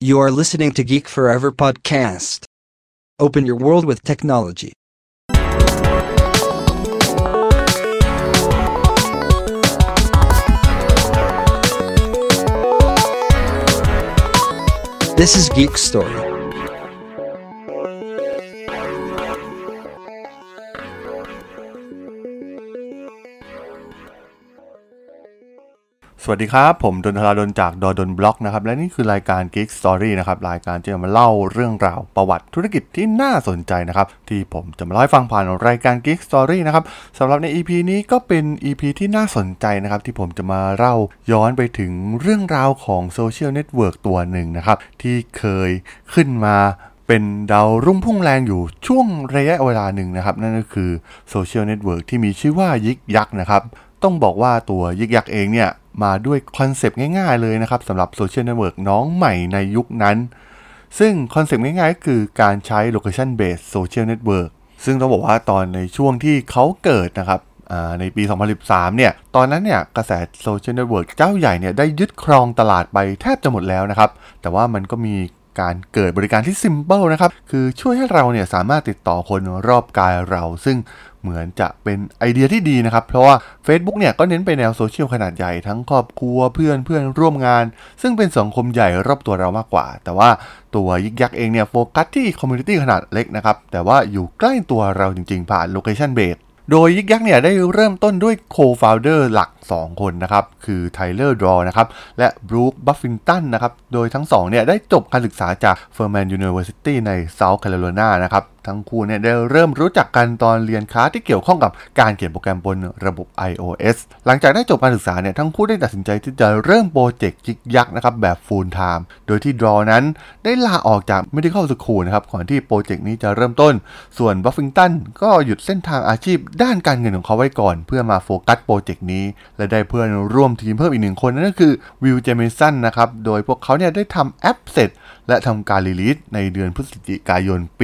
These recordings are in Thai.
You are listening to Geek Forever podcast. Open your world with technology. This is Geek Story. สวัสดีครับผมดนทราดลจากดนบล็อกนะครับและนี่คือรายการ Geek Story นะครับรายการที่จะมาเล่าเรื่องราวประวัติธุรกิจที่น่าสนใจนะครับที่ผมจะมาเล่าให้ฟังผ่านรายการ Geek Story นะครับสำหรับใน EP นี้ก็เป็น EP ที่น่าสนใจนะครับที่ผมจะมาเล่าย้อนไปถึงเรื่องราวของโซเชียลเน็ตเวิร์กตัวหนึ่งนะครับที่เคยขึ้นมาเป็นดาวรุ่งพุ่งแรงอยู่ช่วงระยะเวลาหนึ่งนะครับนั่นก็คือโซเชียลเน็ตเวิร์กที่มีชื่อว่ายิกยักษ์นะครับต้องบอกว่าตัวยิกยักษ์เองเนี่ยมาด้วยคอนเซปต์ง่ายๆเลยนะครับสำหรับโซเชียลเน็ตเวิร์กน้องใหม่ในยุคนั้นซึ่งคอนเซปต์ง่ายๆก็คือการใช้ Location Based Social Network ซึ่งต้องบอกว่าตอนในช่วงที่เขาเกิดนะครับในปี 2013 เนี่ยตอนนั้นเนี่ยกระแสโซเชียลเน็ตเวิร์กเจ้าใหญ่เนี่ยได้ยึดครองตลาดไปแทบจะหมดแล้วนะครับแต่ว่ามันก็มีการเกิดบริการที่ simple นะครับคือช่วยให้เราเนี่ยสามารถติดต่อคนรอบกายเราซึ่งเหมือนจะเป็นไอเดียที่ดีนะครับเพราะว่า Facebook เนี่ยก็เน้นไปแนวโซเชียลขนาดใหญ่ทั้งครอบครัวเพื่อนร่วมงานซึ่งเป็นสังคมใหญ่รอบตัวเรามากกว่าแต่ว่าตัวยิกยักษ์เองเนี่ยโฟกัสที่คอมมูนิตี้ขนาดเล็กนะครับแต่ว่าอยู่ใกล้ตัวเราจริงๆผ่าน Location Basedโดยยิกยักษ์เนี่ยได้เริ่มต้นด้วยโคฟาวเดอร์หลัก2คนนะครับคือไทเลอร์ดรอนะครับและบรูคบัฟฟิงตันนะครับโดยทั้ง2เนี่ยได้จบการศึกษาจากเฟอร์แมนยูนิเวอร์ซิตี้ในเซาท์แคโรไลนานะครับทั้งคู่เนี่ยได้เริ่มรู้จักกันตอนเรียนคลาสที่เกี่ยวข้องกับการเขียนโปรแกรมบนระบบ iOS หลังจากได้จบการศึกษาเนี่ยทั้งคู่ได้ตัดสินใจที่จะเริ่มโปรเจกต์ยิกยักษ์นะครับแบบ full time โดยที่ดรอนั้นได้ลาออกจาก medical school นะครับก่อนที่โปรเจกต์นี้จะเริ่มต้นส่วนบัฟฟิงตันก็หยุดเส้นทางอาชีพด้านการเงินของเขาไว้ก่อนเพื่อมาโฟกัสโปรเจกต์นี้และได้เพื่อนร่วมทีมเพิ่มอีก1คนนั่นก็คือวิล เจมิสันนะครับโดยพวกเขาเนี่ยได้ทำแอปเสร็จและทำการรีลีสในเดือนพฤศจิกายนปี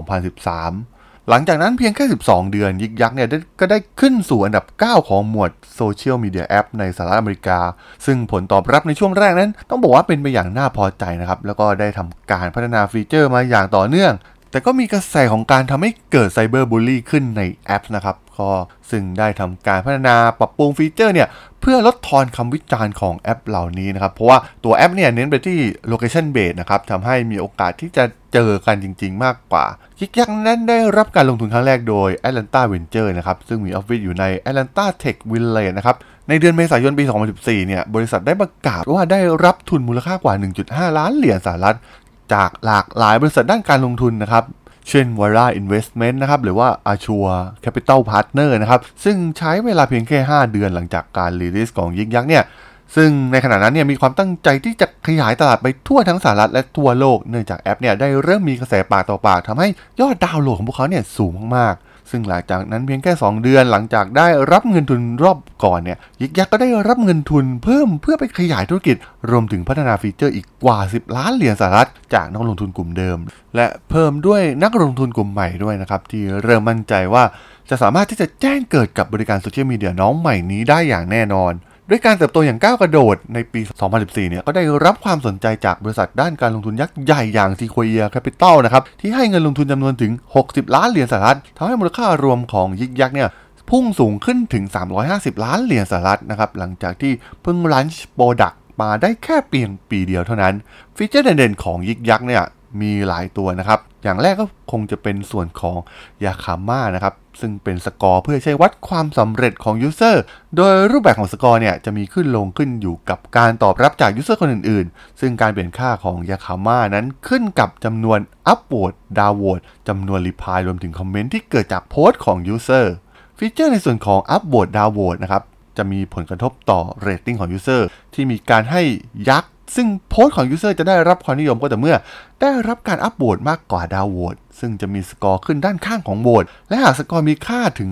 2013 หลังจากนั้นเพียงแค่12เดือนยิกยักษ์เนี่ยก็ได้ขึ้นสู่อันดับ9ของหมวดโซเชียลมีเดียแอปในสหรัฐอเมริกาซึ่งผลตอบรับในช่วงแรกนั้นต้องบอกว่าเป็นไปอย่างน่าพอใจนะครับแล้วก็ได้ทำการพัฒนาฟีเจอร์มาอย่างต่อเนื่องแต่ก็มีกระแสของการทำให้เกิดไซเบอร์บูลลี่ขึ้นในแอปนะครับก็ซึ่งได้ทำการพัฒนาปรับปรุงฟีเจอร์เนี่ยเพื่อลดทอนคำวิจารณ์ของแอปเหล่านี้นะครับเพราะว่าตัวแอปเนี่ยเน้นไปที่ Location Based นะครับทำให้มีโอกาสที่จะเจอกันจริงๆมากกว่ายิกยักษ์นั้นได้รับการลงทุนครั้งแรกโดย Atlanta Venture นะครับซึ่งมีออฟฟิศอยู่ใน Atlanta Tech Village นะครับในเดือนเมษายนปี 2014 เนี่ยบริษัทได้ประกาศว่าได้รับทุนมูลค่ากว่า 1.5 ล้านเหรียญสหรัฐจากหลากหลายบริษัทด้านการลงทุนนะครับเช่น Vara Investment นะครับหรือว่า Azure Capital Partner นะครับซึ่งใช้เวลาเพียงแค่5เดือนหลังจากการรีลิสของยิกยักษ์เนี่ยซึ่งในขณะนั้นเนี่ยมีความตั้งใจที่จะขยายตลาดไปทั่วทั้งสหรัฐและทั่วโลกเนื่องจากแอปเนี่ยได้เริ่มมีกระแสปากต่อปากทำให้ยอดดาวน์โหลดของพวกเขาเนี่ยสูงมากๆซึ่งหลังจากนั้นเพียงแค่2เดือนหลังจากได้รับเงินทุนรอบก่อนเนี่ยยิกยักษ์ก็ได้รับเงินทุนเพิ่มเพื่อไปขยายธุรกิจรวมถึงพัฒนาฟีเจอร์อีกกว่า10ล้านเหรียญสหรัฐจากนักลงทุนกลุ่มเดิมและเพิ่มด้วยนักลงทุนกลุ่มใหม่ด้วยนะครับที่เริ่มมั่นใจว่าจะสามารถที่จะแจ้งเกิดกับบริการโซเชียลมีเดียน้องใหม่นี้ได้อย่างแน่นอนด้วยการเติบโตอย่างก้าวกระโดดในปี 2014 เนี่ยก็ได้รับความสนใจจากบริษัทด้านการลงทุนยักษ์ใหญ่อย่าง Sequoia Capital นะครับที่ให้เงินลงทุนจำนวนถึง60ล้านเหรียญสหรัฐทำให้มูลค่ารวมของยิกยักษ์เนี่ยพุ่งสูงขึ้นถึง350ล้านเหรียญสหรัฐนะครับหลังจากที่เพิ่งลันช์โปรดักต์มาได้แค่เพียงปีเดียวเท่านั้นฟีเจอร์เด่นๆของยิกยักษ์เนี่ยมีหลายตัวนะครับอย่างแรกก็คงจะเป็นส่วนของยาคาม่านะครับซึ่งเป็นสกอร์เพื่อใช้วัดความสำเร็จของยูเซอร์โดยรูปแบบของสกอร์เนี่ยจะมีขึ้นลงขึ้นอยู่กับการตอบรับจากยูเซอร์คนอื่นๆซึ่งการเปลี่ยนค่าของยาคาม่านั้นขึ้นกับจำนวนอัพโหวตดาวน์โหวตจำนวนรีพลายรวมถึงคอมเมนต์ที่เกิดจากโพสต์ของยูเซอร์ฟีเจอร์ในส่วนของอัพโหวตดาวน์โหวตนะครับจะมีผลกระทบต่อเรตติ้งของยูเซอร์ที่มีการให้ยักษ์ซึ่งโพสต์ของยูเซอร์จะได้รับความนิยมก็แต่เมื่อได้รับการอัพโหวตมากกว่าดาวน์โหวตซึ่งจะมีสกอร์ขึ้นด้านข้างของโหวตและหากสกอร์มีค่าถึง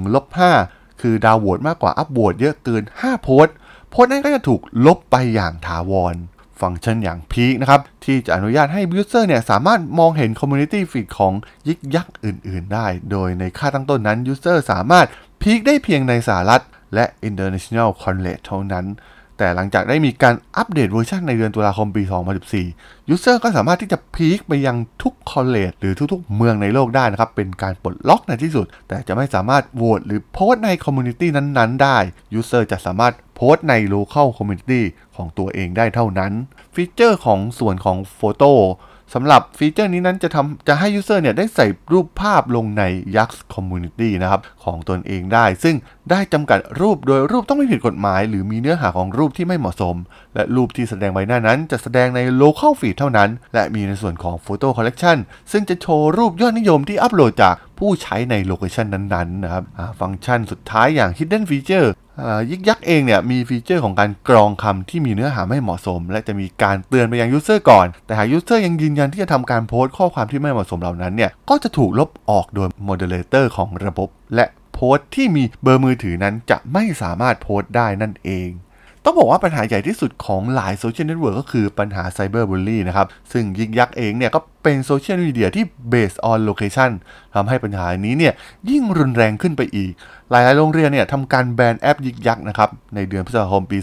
-5คือดาวน์โหวตมากกว่าอัพโหวตเยอะเกิน5โพสต์นั้นก็จะถูกลบไปอย่างถาวรฟังก์ชันอย่างพีคนะครับที่จะอนุญาตให้ยูเซอร์เนี่ยสามารถมองเห็นคอมมูนิตี้ฟีดของยิกยักษ์อื่นๆได้โดยในค่าตั้งต้นนั้นยูเซอร์สามารถพีคได้เพียงในสหรัฐและ International College เท่านั้นแแต่หลังจากได้มีการอัปเดตเวอร์ชันในเดือนตุลาคมปี 2014 ยูเซอร์ก็สามารถที่จะพีคไปยังทุกคอลเลจหรือทุกๆเมืองในโลกได้นะครับเป็นการปลดล็อกในที่สุดแต่จะไม่สามารถโหวตหรือโพสต์ในคอมมูนิตี้นั้นๆได้ยูเซอร์จะสามารถโพสต์ใน local community ของตัวเองได้เท่านั้นฟีเจอร์ของส่วนของโฟโต้สำหรับฟีเจอร์นี้นั้นจะให้ User เนี่ยได้ใส่รูปภาพลงใน Yax Community นะครับของตนเองได้ซึ่งได้จำกัดรูปโดยรูปต้องไม่ผิดกฎหมายหรือมีเนื้อหาของรูปที่ไม่เหมาะสมและรูปที่แสดงไว้หน้านั้นจะแสดงใน Local Feed เท่านั้นและมีในส่วนของ Photo Collection ซึ่งจะโชว์รูปยอดนิยมที่อัปโหลดจากผู้ใช้ในโลเคชันนั้นๆนะครับฟังก์ชันสุดท้ายอย่าง Hidden Featureยิกยักเองเนี่ยมีฟีเจอร์ของการกรองคำที่มีเนื้อหาไม่เหมาะสมและจะมีการเตือนไปยังยูเซอร์ก่อนแต่หากยูเซอร์ยังยืนยันที่จะทำการโพสต์ข้อความที่ไม่เหมาะสมเหล่านั้นเนี่ยก็จะถูกลบออกโดยโมเดเลเตอร์ของระบบและโพสต์ที่มีเบอร์มือถือนั้นจะไม่สามารถโพสต์ได้นั่นเองต้องบอกว่าปัญหาใหญ่ที่สุดของหลายโซเชียลเน็ตเวิร์กก็คือปัญหาไซเบอร์บูลลี่นะครับซึ่งยิกยักเองเนี่ยก็เป็นโซเชียลมีเดียที่ based on location ทำให้ปัญหานี้เนี่ยยิ่งรุนแรงขึ้นไปอีกหลายๆโรงเรียนเนี่ยทำการแบนแอปยิกยักนะครับในเดือนพฤษภาคมปี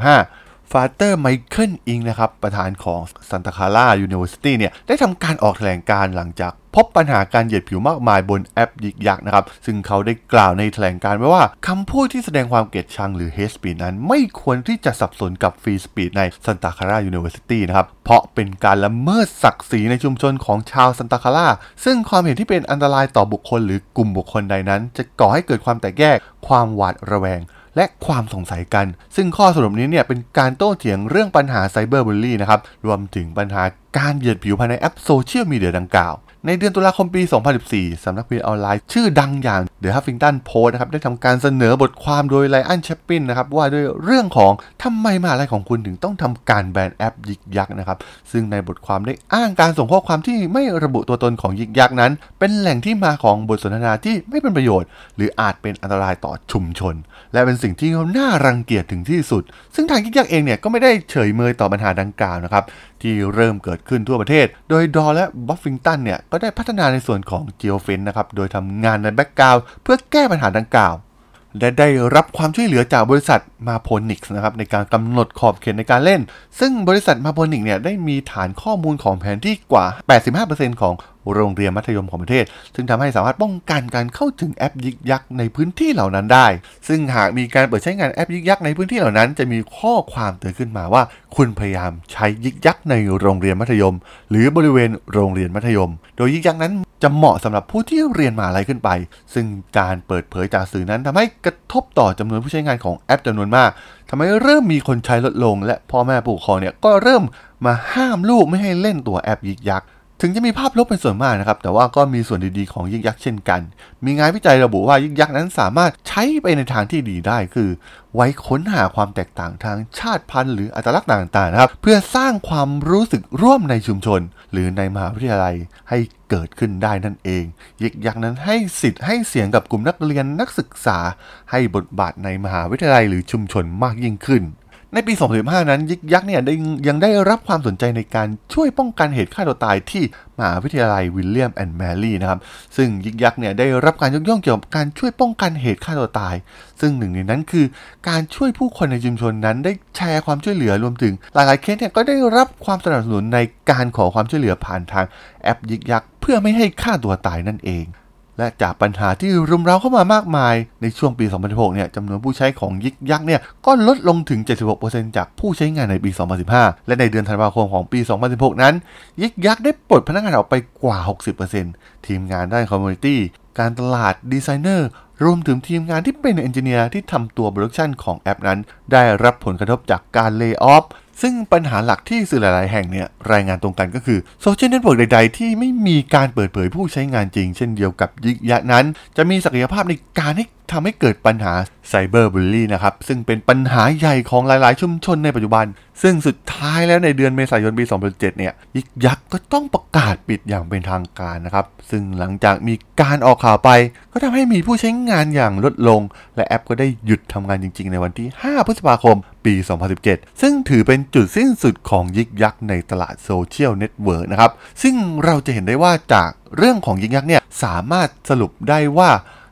2015 ฟาเตอร์ไมเคิลอิงนะครับประธานของซันตาคาร่ายูนิเวอร์ซิตี้เนี่ยได้ทำการออกแถลงการณ์หลังจากพบปัญหาการเหยียดผิวมากมายบนแอปยิกยักนะครับซึ่งเขาได้กล่าวในแถลงการณ์ไว้ว่าคำพูดที่แสดงความเกลียดชังหรือ hate speech นั้นไม่ควรที่จะสับสนกับ free speech ในซันตาคาร่ายูนิเวอร์ซิตี้นะครับเพราะเป็นการละเมิดศักดิ์ศรีในชุมชนของชาวซันตาคาร่าซึ่งความเห็นที่เป็นอันตรายต่อบุคคลหรือกลุ่มบุคคลใดนั้นจะก่อให้เกิดความแตกแยกความหวาดระแวงและความสงสัยกันซึ่งข้อสรุปนี้เนี่ยเป็นการโต้เถียงเรื่องปัญหาไซเบอร์บูลลี่นะครับรวมถึงปัญหาการเหยียดผิวภายในแอปโซเชียลมีเดียดังกล่าวในเดือนตุลาคมปี 2014 สำนักพิมพ์ออนไลน์ชื่อดังอย่าง The Huffington Post นะครับได้ทำการเสนอบทความโดยไลอัน แชปปินนะครับว่าด้วยเรื่องของทำไมมหาลัยของคุณถึงต้องทำการแบนแอปยิกยักนะครับซึ่งในบทความได้อ้างการส่งข้อความที่ไม่ระบุตัวตนของยิกยักนั้นเป็นแหล่งที่มาของบทสนทนาที่ไม่เป็นประโยชน์หรืออาจเป็นอันตรายต่อชุมชนและเป็นสิ่งที่น่ารังเกียจถึงที่สุดซึ่งทางยิกยักเองเนี่ยก็ไม่ได้เฉยเมยต่อปัญหาดังกล่าวนะครับที่เริ่มเกิดขึ้นทั่วประเทศโดยดอและบัฟฟิงตันเนี่ยก็ได้พัฒนาในส่วนของ Geofence นะครับโดยทำงานในแบ็กกราวด์เพื่อแก้ปัญหาดังกล่าวและได้รับความช่วยเหลือจากบริษัท Maponix นะครับในการกำหนดขอบเขตในการเล่นซึ่งบริษัท Maponix เนี่ยได้มีฐานข้อมูลของแผนที่กว่า 85% ของโรงเรียนมัธยมของประเทศซึ่งทำให้สามารถป้องกันการเข้าถึงแอปยิกยักในพื้นที่เหล่านั้นได้ซึ่งหากมีการเปิดใช้งานแอปยิกยักในพื้นที่เหล่านั้นจะมีข้อความเตือนขึ้นมาว่าคุณพยายามใช้ยิกยักในโรงเรียนมัธยมหรือบริเวณโรงเรียนมัธยมโดยยิกยักนั้นจะเหมาะสำหรับผู้ที่เรียนมหาลัยขึ้นไปซึ่งการเปิดเผยจากสื่อนั้นทำให้กระทบต่อจำนวนผู้ใช้งานของแอปจำนวนมากทำให้เริ่มมีคนใช้ลดลงและพ่อแม่ผู้ปกครองเนี่ยก็เริ่มมาห้ามลูกไม่ให้เล่นตัวแอปยิกยักถึงจะมีภาพลบเป็นส่วนมากนะครับแต่ว่าก็มีส่วนดีๆของยิกยักเช่นกันมีงานวิจัยระบุว่ายิกยักนั้นสามารถใช้ไปในทางที่ดีได้คือไว้ค้นหาความแตกต่างทางชาติพันธุ์หรืออัตลักษณ์ต่างๆนะครับเพื่อสร้างความรู้สึกร่วมในชุมชนหรือในมหาวิทยาลัยให้เกิดขึ้นได้นั่นเองยิกยักนั้นให้สิทธิ์ให้เสียงกับกลุ่มนักเรียนนักศึกษาให้บทบาทในมหาวิทยาลัยหรือชุมชนมากยิ่งขึ้นในปี 2015 นั้นยิกยักเนี่ยยังได้รับความสนใจในการช่วยป้องกันเหตุฆ่าตัวตายที่มหาวิทยาลัยวิลเลียมแอนด์แมรี่นะครับซึ่งยิกยักเนี่ยได้รับการยกย่องเกี่ยวกับการช่วยป้องกันเหตุฆ่าตัวตายซึ่งหนึ่งในนั้นคือการช่วยผู้คนในชุมชนนั้นได้แชร์ความช่วยเหลือรวมถึงหลายๆเคสเนี่ยก็ได้รับความสนับสนุนในการขอความช่วยเหลือผ่านทางแอปยิกยักเพื่อไม่ให้ฆ่าตัวตายนั่นเองและจากปัญหาที่รุมเร้าเข้ามามากมายในช่วงปี 2016 เนี่ยจำนวนผู้ใช้ของยิกยักเนี่ยก็ลดลงถึง 76% จากผู้ใช้งานในปี 2015 และในเดือนธันวาคมของปี 2016 นั้นยิกยักได้ปลดพนักงานออกไปกว่า 60% ทีมงานด้านคอมมูนิตี้การตลาดดีไซเนอร์รวมถึงทีมงานที่เป็นเอนจิเนียร์ที่ทำตัวโปรดักชันของแอปนั้นได้รับผลกระทบจากการเลย์ออฟซึ่งปัญหาหลักที่สื่อหลายๆแห่งเนี่ยรายงานตรงกันก็คือโซเชียลเน็ตเวิร์กใดๆที่ไม่มีการเปิดเผยผู้ใช้งานจริงเช่นเดียวกับยิกยักนั้นจะมีศักยภาพในการทำให้เกิดปัญหาไซเบอร์บูลลี่นะครับซึ่งเป็นปัญหาใหญ่ของหลายๆชุมชนในปัจจุบันซึ่งสุดท้ายแล้วในเดือนเมษายนปี 2017 เนี่ยยิกยักก็ต้องประกาศปิดอย่างเป็นทางการนะครับซึ่งหลังจากมีการออกข่าวไปก็ทำให้มีผู้ใช้งานอย่างลดลงและแอปก็ได้หยุดทำงานจริงๆในวันที่ 5 พฤษภาคมปี 2017 ซึ่งถือเป็นจุดสิ้นสุดของยิกยักในตลาดโซเชียลเน็ตเวิร์กนะครับซึ่งเราจะเห็นได้ว่าจากเรื่องของยิกยักเนี่ยสามารถสรุปได้ว่า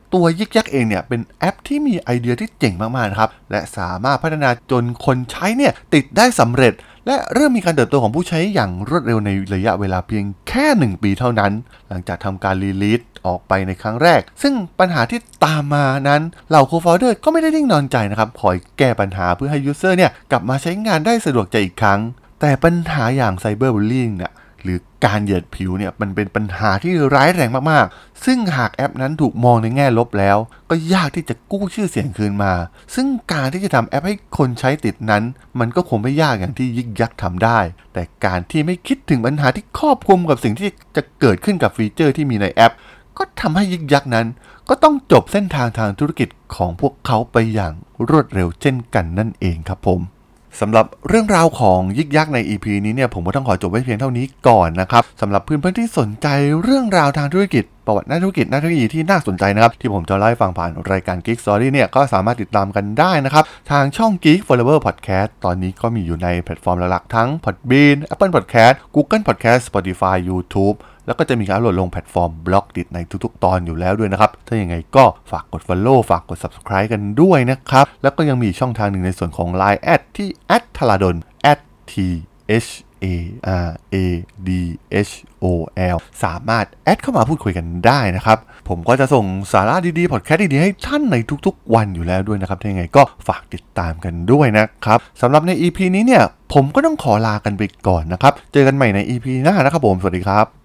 ตัวยิกยักเองเนี่ยเป็นแอปที่มีไอเดียที่เจ๋งมากๆนะครับและสามารถพัฒนาจนคนใช้เนี่ยติดได้สำเร็จและเริ่มมีการเติบโตของผู้ใช้อย่างรวดเร็วในระยะเวลาเพียงแค่1 ปีเท่านั้นหลังจากทำการรีลีสออกไปในครั้งแรกซึ่งปัญหาที่ตามมานั้นเหล่าโคฟาวเดอร์ก็ไม่ได้นิ่งนอนใจนะครับคอยแก้ปัญหาเพื่อให้ยูเซอร์เนี่ยกลับมาใช้งานได้สะดวกใจอีกครั้งแต่ปัญหาอย่างไซเบอร์บูลลี่เนี่ยหรือการเหยียดผิวเนี่ยมันเป็นปัญหาที่ร้ายแรงมากๆซึ่งหากแอปนั้นถูกมองในแง่ลบแล้วก็ยากที่จะกู้ชื่อเสียงคืนมาซึ่งการที่จะทำแอปให้คนใช้ติดนั้นมันก็คงไม่ยากอย่างที่ยิกยักทำได้แต่การที่ไม่คิดถึงปัญหาที่ครอบคลุมกับสิ่งที่จะเกิดขึ้นกับฟีเจอร์ที่มีในแอปก็ทำให้ยิกยักนั้นก็ต้องจบเส้นทางทางธุรกิจของพวกเขาไปอย่างรวดเร็วเช่นกันนั่นเองครับผมสำหรับเรื่องราวของยิกยักใน EP นี้เนี่ยผมก็ต้องขอจบไว้เพียงเท่านี้ก่อนนะครับสำหรับเพื่อนๆที่สนใจเรื่องราวทางธุรกิจประวัตินักธุรกิจนักเทคโนโลยีที่น่าสนใจนะครับที่ผมจะเล่าให้ฟังผ่านรายการ Geek Story เนี่ยก็สามารถติดตามกันได้นะครับทางช่อง Geek Forever Podcast ตอนนี้ก็มีอยู่ในแพลตฟอร์มหลักๆทั้ง Podbean Apple Podcast Google Podcast Spotify YouTube แล้วก็จะมีการโหลดลงแพลตฟอร์มบล็อกดิในทุกๆตอนอยู่แล้วด้วยนะครับถ้าอย่างไรก็ฝากกด Follow ฝากกด Subscribe กันด้วยนะครับแล้วก็ยังมีช่องทางหนึ่งในส่วนของ Line ที่ @thradol @THARADHOL สามารถแอดเข้ามาพูดคุยกันได้นะครับผมก็จะส่งสาระดีๆพอดแคสต์ดีๆให้ท่านในทุกๆวันอยู่แล้วด้วยนะครับถ้าอย่างไรก็ฝากติดตามกันด้วยนะครับสำหรับใน EP นี้เนี่ยผมก็ต้องขอลากันไปก่อนนะครับเจอกันใหม่ใน EP หน้านะครับผมสวัสดีครับ